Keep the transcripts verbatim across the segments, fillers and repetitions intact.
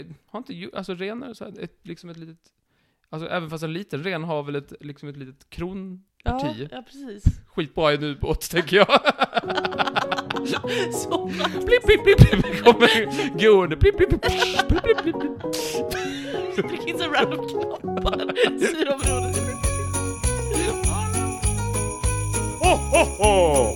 har inte ju, alltså renar så här, ett, liksom ett litet, alltså även fast en liten ren har väl ett, liksom ett litet kronparti. Ja, ja, precis. Skitbra i en ubåt, tänker jag. Så Blipp, blipp, blipp, blipp, kommer gående. Blipp, blipp, blipp, blipp, blipp, blipp, blipp. tryck in så random knappar. Syrområdet. Ho, ho, ho!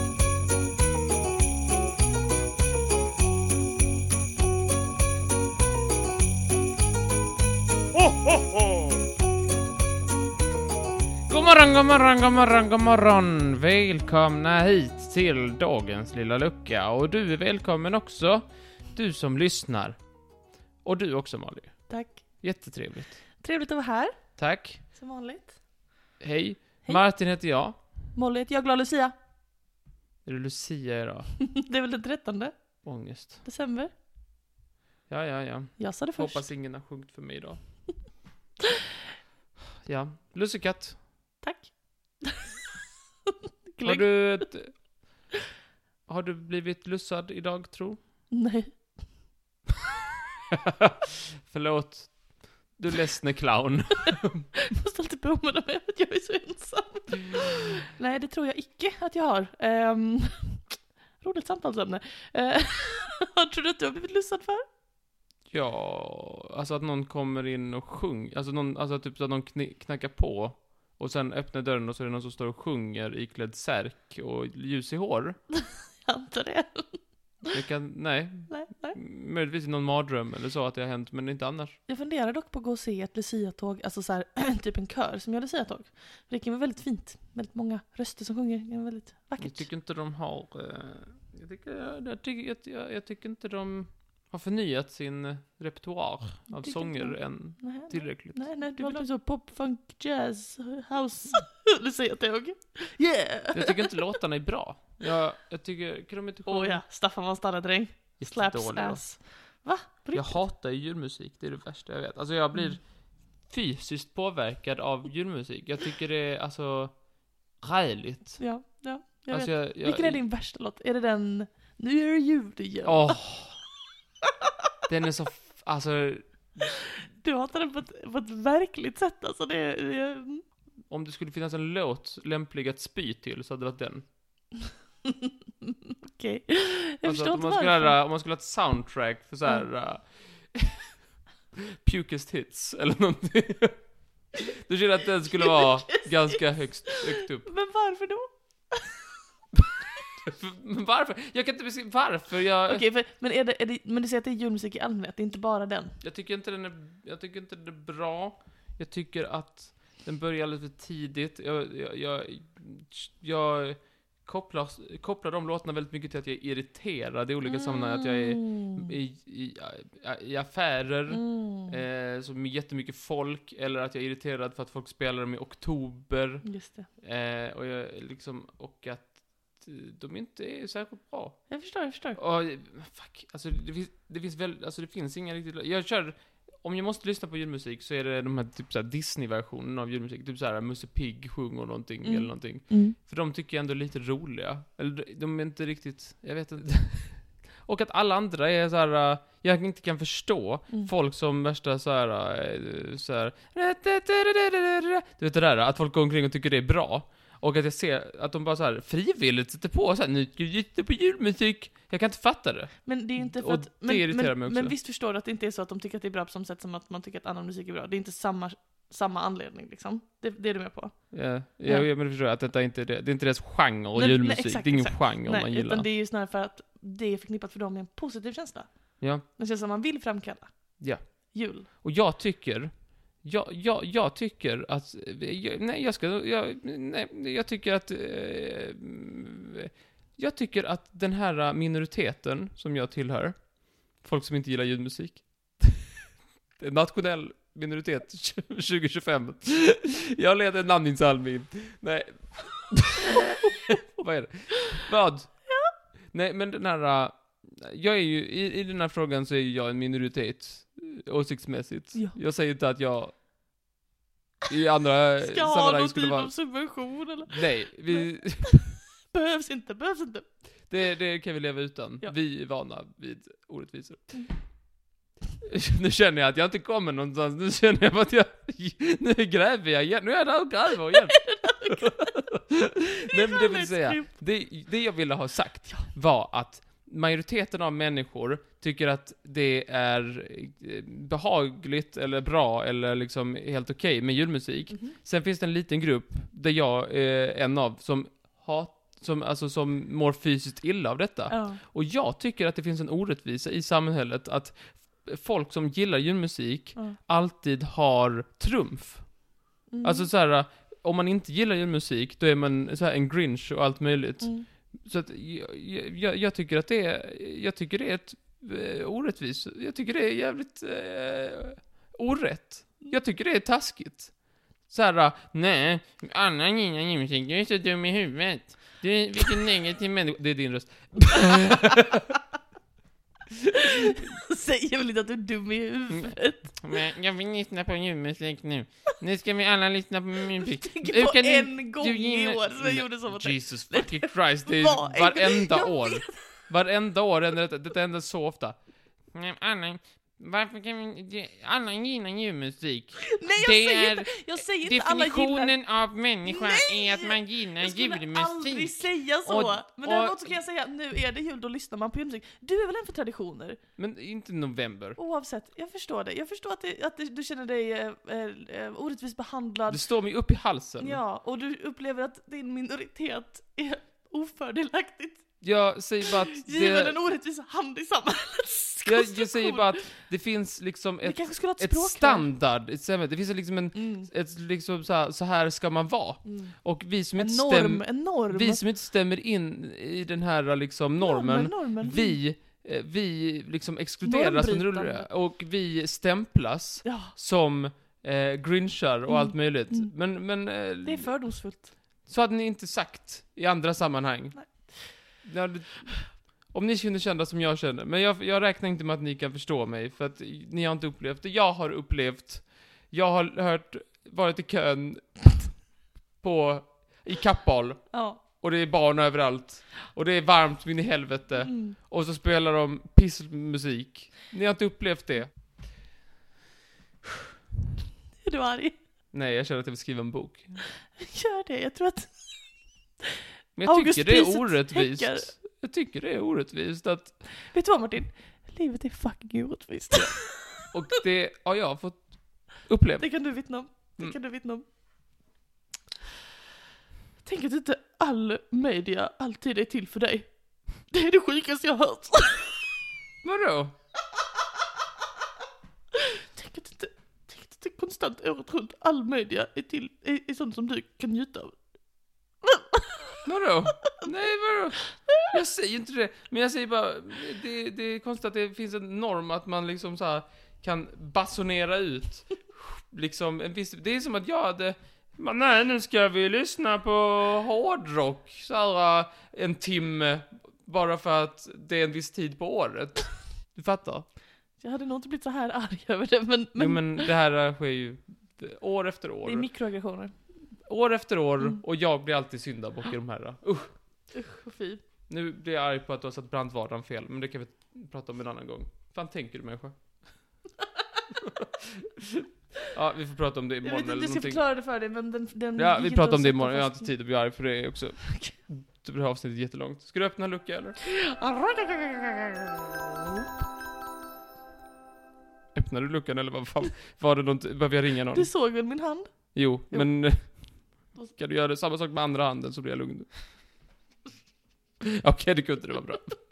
Ho, ho, ho! God morgon, god morgon, god morgon, god morgon. Välkomna hit till dagens lilla lucka. Och du är välkommen också, du som lyssnar. Och du också, Molly. Tack. Jättetrevligt. Trevligt att vara här, Tack. som vanligt. Hej. Hej. Martin heter jag. Molly heter jag, glad Lucia. Är det Lucia idag? Det är väl den trettonde Ångest. december. Ja, ja, ja. Jag sa det först. Hoppas ingen har sjungit för mig idag. Ja, lussekatt. Tack. Har du ett, har du blivit lussad idag, tro? Nej. Förlåt. Du ledsne clown. Jag måste alltid påminna mig att jag är så ensam. Nej, det tror jag icke att jag har. Um, roligt samtalsämne. Uh, vad tror du att du har blivit lussad för? Ja, alltså att någon kommer in och sjunger. Alltså, någon, alltså typ så att någon kn- knackar på. Och sen öppnar dörren och så är det någon som står och sjunger iklädd särk och ljus i hår. Jag antar det. Det kan, nej. Nej, nej. Möjligtvis i någon mardröm eller så att det har hänt, men inte annars. Jag funderar dock på att gå och se ett Lucia-tåg, alltså så här, typ en kör som gör Lucia-tåg. För det kan vara väldigt fint. Väldigt många röster som sjunger. Det är väldigt vackert. Jag tycker inte de har... Eh, jag, tycker, jag, tycker, jag, jag, jag tycker inte de har förnyat sin repertoar av Tycker sånger inte de- än Nej, tillräckligt. nej, nej, det Du var vill typ så pop, funk, jazz, house, Lucia-tåg. Yeah! Jag tycker inte låtarna är bra. Jag, jag tycker... Kan de inte sjunga? Åh ja, Staffan var en standardring. Slaps Jättedåliga. ass. Va? På Jag riktigt? hatar ju julmusik, det är det värsta jag vet. Alltså jag blir Mm. fysiskt påverkad av julmusik. Jag tycker det är alltså räligt. Ja, ja, jag Alltså vet. jag, jag, Vilken är din värsta låt? Är det den Nu är det jul igen? Åh. Den är så... F- alltså... Du hatar den på ett, på ett verkligt sätt, alltså det, det Om det skulle finnas en låt lämplig att spy till så hade det varit den. okej. Jag Alltså förstår att om inte man, skulle varför. ha, om man skulle ha ett soundtrack för så här Mm. uh, Pukest hits eller någonting. Då känner jag att den skulle vara ganska högst, högt upp. Men varför då? Men varför? Jag kan inte beskriva varför. Jag, Okej, för, men, är det, är det, men du säger att det är julmusik i allmänhet, det är inte bara den. jag tycker inte den är, jag tycker inte den är bra. Jag tycker att den börjar alldeles för tidigt. Jag, jag, jag, jag kopplar, kopplar de låtarna väldigt mycket till att jag är irriterad i olika sammanhang. Att jag är Mm. i, i, i affärer Mm. eh, som är jättemycket folk, eller att jag är irriterad för att folk spelar dem i oktober. Just det. Eh, och, jag, liksom, och att de inte är särskilt bra. Jag förstår, jag förstår. Och, fuck, alltså det finns, det finns väl, alltså det finns inga riktigt, jag kör, om jag måste lyssna på julmusik så är det de här typ såhär Disney-versionen av julmusik, typ såhär Musse Pigg sjunger någonting Mm. eller någonting. Mm. För de tycker jag ändå är lite roliga. Eller de- de är inte riktigt, jag vet inte. Och att alla andra är såhär, uh, jag inte kan förstå Mm. folk som värsta såhär, uh, såhär, du vet det där, att folk går omkring och tycker det är bra. Och att jag ser att de bara så här frivilligt sätter på så här, nu gick på julmusik. Jag kan inte fatta det. Men det är ju inte för Och att... det Men, irriterar men, mig också. men visst förstår du att det inte är så att de tycker att det är bra på samma sätt som att man tycker att annan musik är bra. Det är inte samma, samma anledning liksom. Det, det är du med på. Ja, Ja. jag, jag men förstår att detta inte är det. Det är inte deras genre, Nej, julmusik. nej, exakt, det är ingen exakt. genre Nej, man gillar. utan det är ju snarare för att det är förknippat för dem med en positiv känsla. Ja. En känsla man vill framkalla. Ja. Jul. Och jag tycker jag, jag, jag tycker att jag, nej, jag ska jag, nej, jag tycker att eh, jag tycker att den här minoriteten som jag tillhör, folk som inte gillar julmusik, en nationell minoritet tjugo tjugofem. Jag leder namninsamling. Nej. Vad är det? Vad? Ja. Nej, men den här, jag är ju i, i den här frågan så är jag en minoritet åsiktsmässigt. Ja. Jag säger inte att jag i andra Ska ha sammanhang någon skulle typ vara... av subvention eller? Nej, vi... Behövs inte, behövs inte. det, det kan vi leva utan. Ja. Vi är vana vid orättvisor. Mm. Nu känner jag att jag inte kommer någonstans. Nu känner jag att jag... Nu gräver jag igen. Nu är jag där och gräver igen. Nej, men det vill säga, det, det jag ville ha sagt var att majoriteten av människor tycker att det är behagligt eller bra eller liksom helt okej okay med julmusik. Mm-hmm. Sen finns det en liten grupp där jag är en av som har som alltså som mår fysiskt illa av detta. Ja. Och jag tycker att det finns en orättvisa i samhället att folk som gillar julmusik ja. alltid har trumf. Mm. Alltså så här, om man inte gillar julmusik, då är man så här en Grinch och allt möjligt. Mm. Så att jag, jag, jag tycker att det är jag tycker det är ett eh, orättvist. Jag tycker det är jävligt eh, orätt. Jag tycker det är taskigt. Så här, nej, Anna gillar julmusik, jag är så dum i huvudet. Du är vilken negativ människa. Det är din röst. Säger väl inte att du är dum i huvudet. Men jag vill lyssna på julmusik nu. Nu ska vi alla lyssna på musik. Du på en gång i år så jag gjorde så. Jesus fucking Christ. Det är varenda år. Varenda år ändrar det. Det ändrar så ofta. Anna, varför kan vi... Alla gillar julmusik. Nej, jag det säger är inte, jag säger inte alla gillar. Definitionen av människa Nej, är att man gillar julmusik. Jag skulle aldrig säga så. Och, men däremot så kan jag säga, nu är det jul, då lyssnar man på julmusik. Du är väl en för traditioner? Men inte november. Oavsett, jag förstår det. Jag förstår att, det, att det, du känner dig äh, äh, orättvist behandlad. Det står mig upp i halsen. Ja, och du upplever att din minoritet är ofördelaktigt. Jag säger bara att det... Given en orättvis hand i samhället. Jag, jag säger bara att det finns liksom ett, ett, ett standard. Ett, det finns liksom en... Mm. Ett, liksom så, här, så här ska man vara. Mm. Och vi som, inte norm, stäm, norm. vi som inte stämmer in i den här liksom normen, normen, normen. Vi, vi liksom exkluderas och vi stämplas ja. som eh, grinchar och mm. allt möjligt. Mm. Men, men, eh, det är fördomsfullt. Så hade ni inte sagt i andra sammanhang. Nej. Ja, det, om ni känner kända som jag känner. Men jag, jag räknar inte med att ni kan förstå mig. För att ni har inte upplevt det. Jag har upplevt. Jag har hört, varit i kön på, i Kappahl. Ja. Och det är barn överallt. Och det är varmt in i helvete. Mm. Och så spelar de pissmusik. Ni har inte upplevt det. Är du arg? Nej, jag känner att jag vill skriva en bok. Gör det, jag tror att... Men jag tycker det är orättvist. Häckar. Jag tycker det är orättvist att... Vet du vad, Martin? Livet är fucking orättvist. Ja. Och det har jag fått uppleva. Det kan du vittna om. Det mm. kan du vittna om. Tänk att inte all media alltid är till för dig. Det är det sjukaste jag har hört. Vadå? Tänk att inte, tänk att inte konstant året runt all media är till är, är sånt som du kan njuta av. Vadå? Nej, vadå? Jag säger inte det. Men jag säger bara, det, det är konstigt att det finns en norm att man liksom så här kan basunera ut. Liksom en viss, det är som att jag hade, men nej, nu ska vi lyssna på hårdrock så här en timme bara för att det är en viss tid på året. Du fattar? Jag hade nog inte blivit så här arg över det, men... men... Jo, men det här sker ju år efter år. Det är mikroaggressioner. År efter år, mm. och jag blir alltid syndabock i de här. Usch. Usch, fy. Nu blir jag arg på att du har satt brandvardan fel, men det kan vi prata om en annan gång. Fan tänker du, människa? Ja, vi får prata om det imorgon. Jag vet inte, eller du ska någonting. Förklara det för dig, men den... den ja, vi pratar om det imorgon. Jag har inte tid att bli arg för det också. Det blir avsnittet jättelångt. Ska du öppna en lucka, eller? Öppnar du luckan, eller vad fan? Var det något, behöver jag ringa någon? Du såg väl min hand? Jo, jo. Men... Ska du göra det samma sak med andra handen så blir jag lugn. Okej, okay, det kunde det vara bra.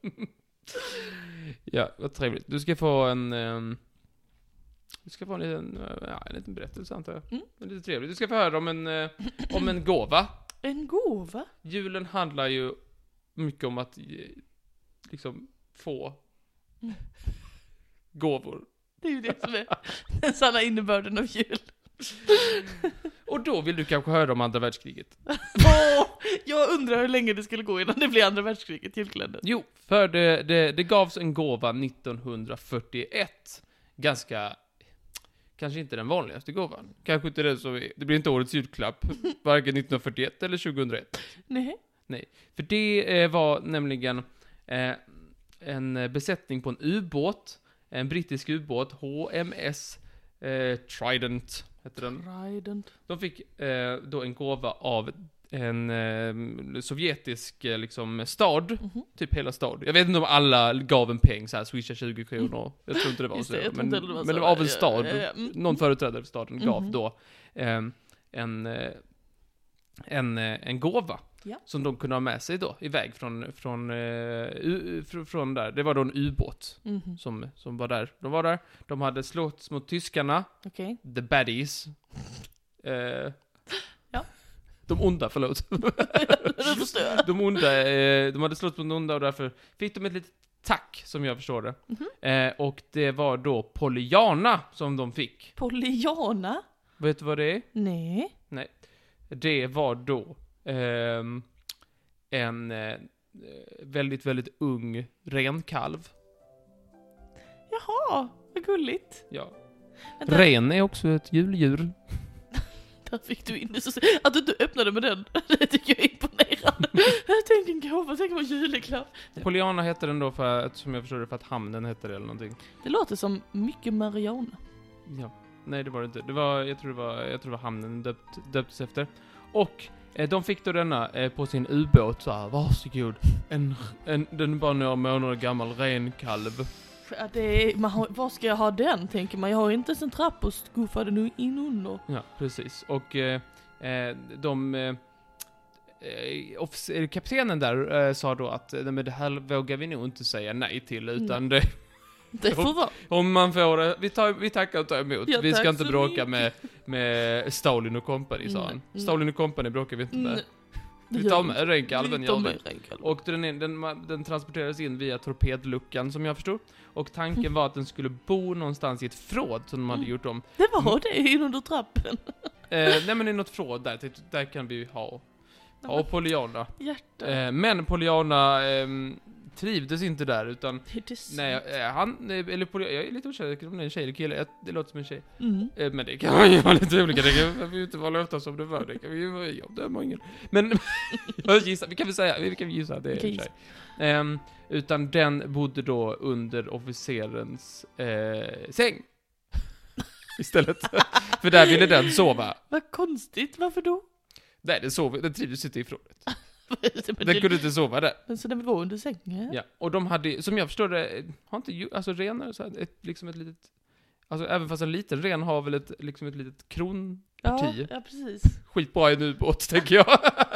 Ja, vad trevligt. Du ska få en... Um, du ska få en liten, ja, en liten berättelse, antar jag. Mm. Det är lite trevligt. Du ska få höra om en, uh, om en gåva. En gåva? Julen handlar ju mycket om att liksom få mm. gåvor. Det är ju det som är den sanna innebörden av jul. Och då vill du kanske höra om andra världskriget. Åh, jag undrar hur länge det skulle gå innan det blir andra världskriget, julkalendern. Jo, för det, det, det gavs en gåva nittonhundrafyrtioett. Ganska, kanske inte den vanligaste gåvan. Kanske inte det som är, det blir inte årets julklapp. Varken nittonhundrafyrtioett eller tjugohundraett. Nej. Nej, för det eh, var nämligen eh, en besättning på en ubåt en brittisk ubåt, H M S eh, Trident heter den. Trident. De fick eh, då en gåva av en eh, sovjetisk eh, liksom stad, Mm-hmm. typ hela stad. Jag vet inte om alla gav en peng så här, swisha tjugo kronor. Jag tror inte det var Just så. det, jag tror men, inte det var men så. det var av en stad. Ja, ja, ja. Mm. Någon företrädare för staden gav Mhm. då eh, en, eh, en, eh, en gåva. Ja. Som de kunde ha med sig då, iväg från, från, eh, u, fr, från där. Det var då en ubåt Mhm. som, som var där. De var där, de hade slått mot tyskarna, Okej. the baddies. Eh, Ja. De onda, förlåt. Det förstår jag. De onda, eh, de hade slått mot de onda och därför fick de ett litet tack, som jag förstår det. Mhm. Eh, och det var då Pollyanna som de fick. Pollyanna? Vet du vad det är? Nej. Det var då ehm, en eh, väldigt, väldigt ung renkalv. Jaha, vad gulligt. Ja. Vänta, Ren är också ett juldjur. där fick du in det så att du inte öppnade med den. Det tycker jag är imponerande. Jag tänkte en gåva, tänk på julklapp. Pollyanna heter den då för att, som jag förstår det, för att hamnen hette det eller någonting. Det låter som mycket Mariana. Ja. Nej, det var det inte. Det var, jag tror det var, jag tror det var hamnen döpt, döptes efter. Och eh, de fick då denna eh, på sin ubåt så här, varsågod. En, en, den är bara några månader gammal renkalv. Ja, det är, man har, var ska jag ha den, tänker man. Jag har inte ens en trapp och skuffa den in under. Ja, precis. Och eh, eh, de... Eh, eh, officer- kaptenen där eh, sa då att nej, men det här vågar vi nog inte säga nej till, utan det, Det får vara. om man får det, vi, tar, vi tackar och tar emot. Ja, vi ska tack inte så bråka mycket. med, med Stalin och company, sa Nej, han. nej. Stalin och company bråkar vi inte med. Nej, det Vi gör tar vi med renkalven, Vi gör tar vi. med renkalven. Och den, är- den, den transporterades in via torpedluckan, som jag förstod. Och tanken var att den skulle bo någonstans i ett förråd som de hade Mm. gjort om. Det var det in under trappen. Eh, nej men i något förråd där, tänkte- där kan vi ha, ha Pollyanna. Hjärta. Eh, men Pollyanna ehm, trivdes inte där, utan Det är så- nej, eh, han, eh, eller Pollyanna, jag är lite osäker om det är en tjej eller kille, jag- det låter som en tjej. Mm. Eh, men det kan man ju vara lite olika, det kan vi ju inte vara låta som det var, det kan vi ju vara, jag dömer ingen. Men, jag gissar, vi kan väl säga, vi kan väl gissa att det är Vi kan en gissa. tjej. Ehm, utan den bodde då under officerens eh, säng. Istället. För där ville den sova. Vad konstigt, varför då? Nej, den sov, den trivdes inte i förrådet. Men Den det- kunde inte sova där. Men så den var under sängen? Ja, och de hade, som jag förstår det, har inte ju, alltså renar så här, ett, liksom ett litet, alltså även fast en liten ren har väl ett, liksom ett litet ja, kronparti. ja, precis. Skitbra i en ubåt, tänker jag.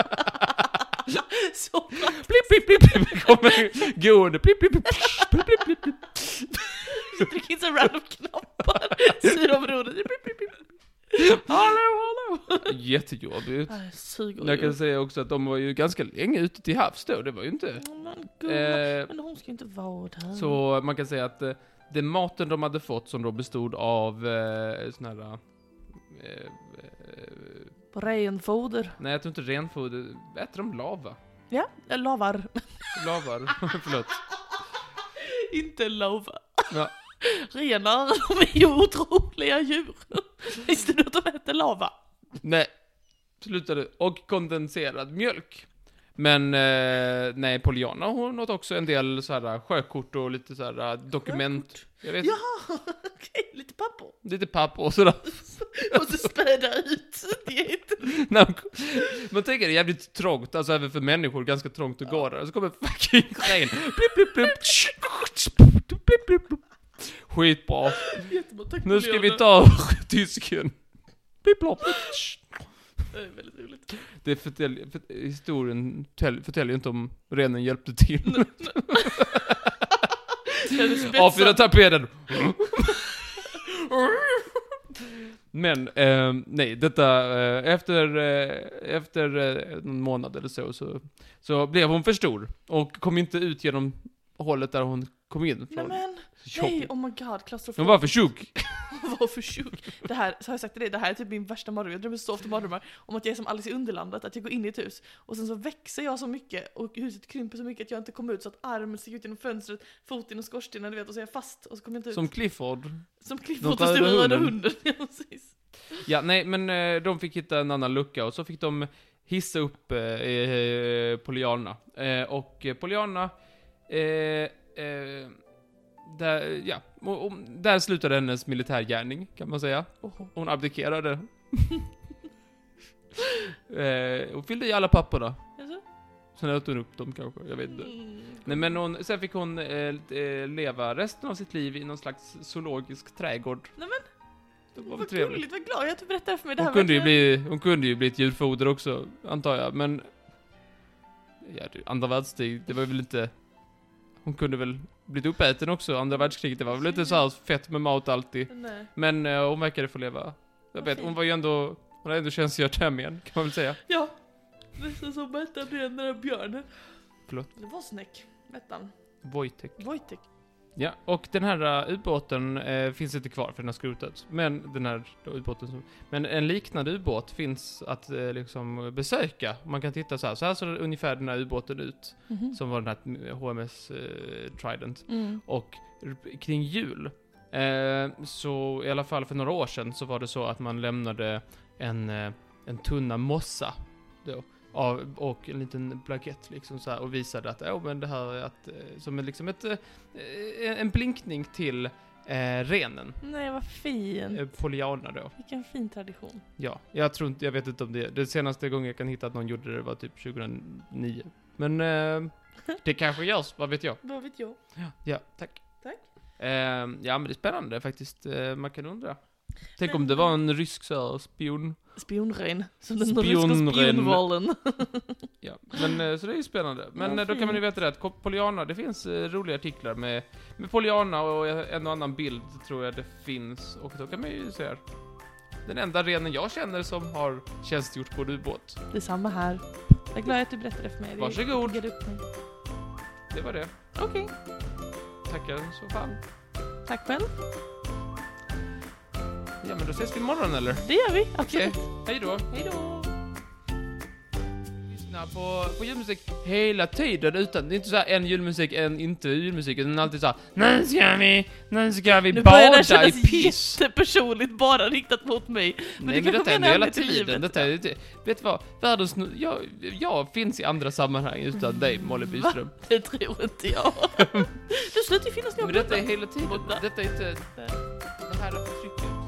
Så Blipp, blipp, blipp, blipp, kommer gående, blipp, blipp, blipp, blipp, blipp, blipp, blipp. tryck in så random knappar. Sydområdet. Blip, blip, blip. Hallå, hallå. Jättejobbigt. Nej, suger Jag ju. kan säga också att de var ju ganska länge ute till havs då, det var ju inte. Men gumman, Eh, men hon ska inte vara där. så man kan säga att eh, den maten de hade fått, som då bestod av eh, sån här, eh, eh, På renfoder. nej jag tror inte renfoder, äter de lava? Ja, jag lavar. Lavar, förlåt. Inte lava. Ja. Renar, de är ju otroliga djur. Visste du att de äter lava? Nej, slutade. Och kondenserad mjölk. Men eh, nej, Pollyanna hon åt också en del så här sjökort och lite så här dokument. Jag vet, Ja, okej, lite papper. lite papp och sådär. Och så späda ut dieten. Nej, man tänker det är jävligt trångt, alltså även för människor, ganska trångt att gå där. Och så kommer fucking ren. Blipp, blipp, blipp. Blipp, blipp, blipp. Skitbra. Jättebra, tack Nu ska vi Pollyanna. ta tysken. Blipp, blopp. Det är väldigt roligt. Det förtäljer, för, historien täl- förtäljer inte om renen hjälpte till. Ja, det spetsar. Avfyra torpeden. Men, eh, nej, detta, eh, efter, eh, efter eh, någon månad eller så, så, så blev hon för stor. Och kom inte ut genom hållet där hon kom in. Nej Från. men, Tjock. nej, oh my god, klaustrofobi. Hon var för tjock. Hon var för sjuk. Det här, så har jag sagt till dig, det här är typ min värsta mardröm. Jag drömmer så ofta mardrömmar om att jag är som Alice i Underlandet, att jag går in i ett hus och sen så växer jag så mycket och huset krymper så mycket att jag inte kommer ut, så att armen sticker ut genom fönstret, foten genom skorstenen, du vet, och så är jag fast och så kommer jag inte ut. Som Clifford. Som Clifford De och röda stora röda hunden. hunden. Ja, precis. Ja, nej, men eh, de fick hitta en annan lucka och så fick de hissa upp eh, eh, Pollyanna. Eh, och eh, Pollyanna, eh, eh, där, ja, och, och, där slutade hennes militärgärning, kan man säga. Oho. Hon abdikerade. eh, hon fyllde i alla papperna. Alltså? Sen åt hon upp dem kanske, jag vet inte. Mm. Nej, men hon, sen fick hon eh, eh, leva resten av sitt liv i någon slags zoologisk trädgård. Nej men, Det var väl vad trevligt. gulligt, vad glad jag att du berättade för mig det Hon här. kunde, ju verkligen. bli, hon kunde ju bli ett djurfoder också, antar jag, men... Ja, du, andra världskrig, det var väl inte... Hon kunde väl blivit uppäten också, andra världskriget, det var väl inte så här fett med mat alltid. Nej. Men eh, hon verkade få leva. Jag Vad vet, fint. hon var ju ändå... Hon hade ändå tjänstgjort hem igen, kan man väl säga. Ja, nästan som Bettan det den där björnen. Förlåt. Det var Snäck, Bettan. Wojtek. Wojtek. Ja, och den här uh, ubåten uh, finns inte kvar för den har skrotats. Men den här då, ubåten som... Men en liknande ubåt finns att uh, liksom besöka. Man kan titta så här. Så här ser ungefär den här ubåten ut. Mm-hmm. Som var den här H M S uh, Trident. Mm. Och r- kring jul, eh, så i alla fall för några år sedan så var det så att man lämnade en, eh, en tunna mossa då, av, och en liten plakett liksom så här, och visade att oh, men det här är att, eh, som är liksom ett, eh, en blinkning till eh, renen. Nej, vad fin. Eh, Poliana då. Vilken fin tradition. Ja, jag tror inte, jag vet inte om det. Det senaste gången jag kan hitta att någon gjorde det var typ tjugohundranio. Men eh, det kanske görs, vad vet jag. Vad vet jag? Ja, tack. Tack. Eh, ja, men det är spännande faktiskt. Eh, man kan undra. Tänk Men- om det var en rysk så här, spion. Spionren. Som den ryska Spionren. spionvalen. Ja, men eh, så det är ju spännande. Men Ja, eh, då kan man ju fint. veta det att Poliana, det finns eh, roliga artiklar med, med Poliana och en och annan bild tror jag det finns. Och då kan man ju se här. Den enda renen jag känner som har tjänstgjort på ubåt. Det är samma här. Jag är glad att du berättade för mig. Det Varsågod. piggade upp mig. Det var det. Okej. Tackar så fan. Tack själv. Ja, men då ses vi imorgon eller? Det gör vi. Okej, Absolut. hej då. Hej då. Lyssna på, på julmusik hela tiden utan, det är inte så här en julmusik, en inte julmusik, utan alltid så här: nu ska vi, nu ska vi Nu börjar det bada i kännas piss. jättepersonligt bara riktat mot mig. Men Nej, det men kanske detta är menar hela alltid i tiden, livet. detta är, det, vet du vad, världens, nu- jag, jag finns i andra sammanhang utan dig, Molly Byström. Det tror inte jag. Du slutar ju finnas när jag Men detta är pratar. hela tiden, Borta. detta är inte, det här är förtrycket.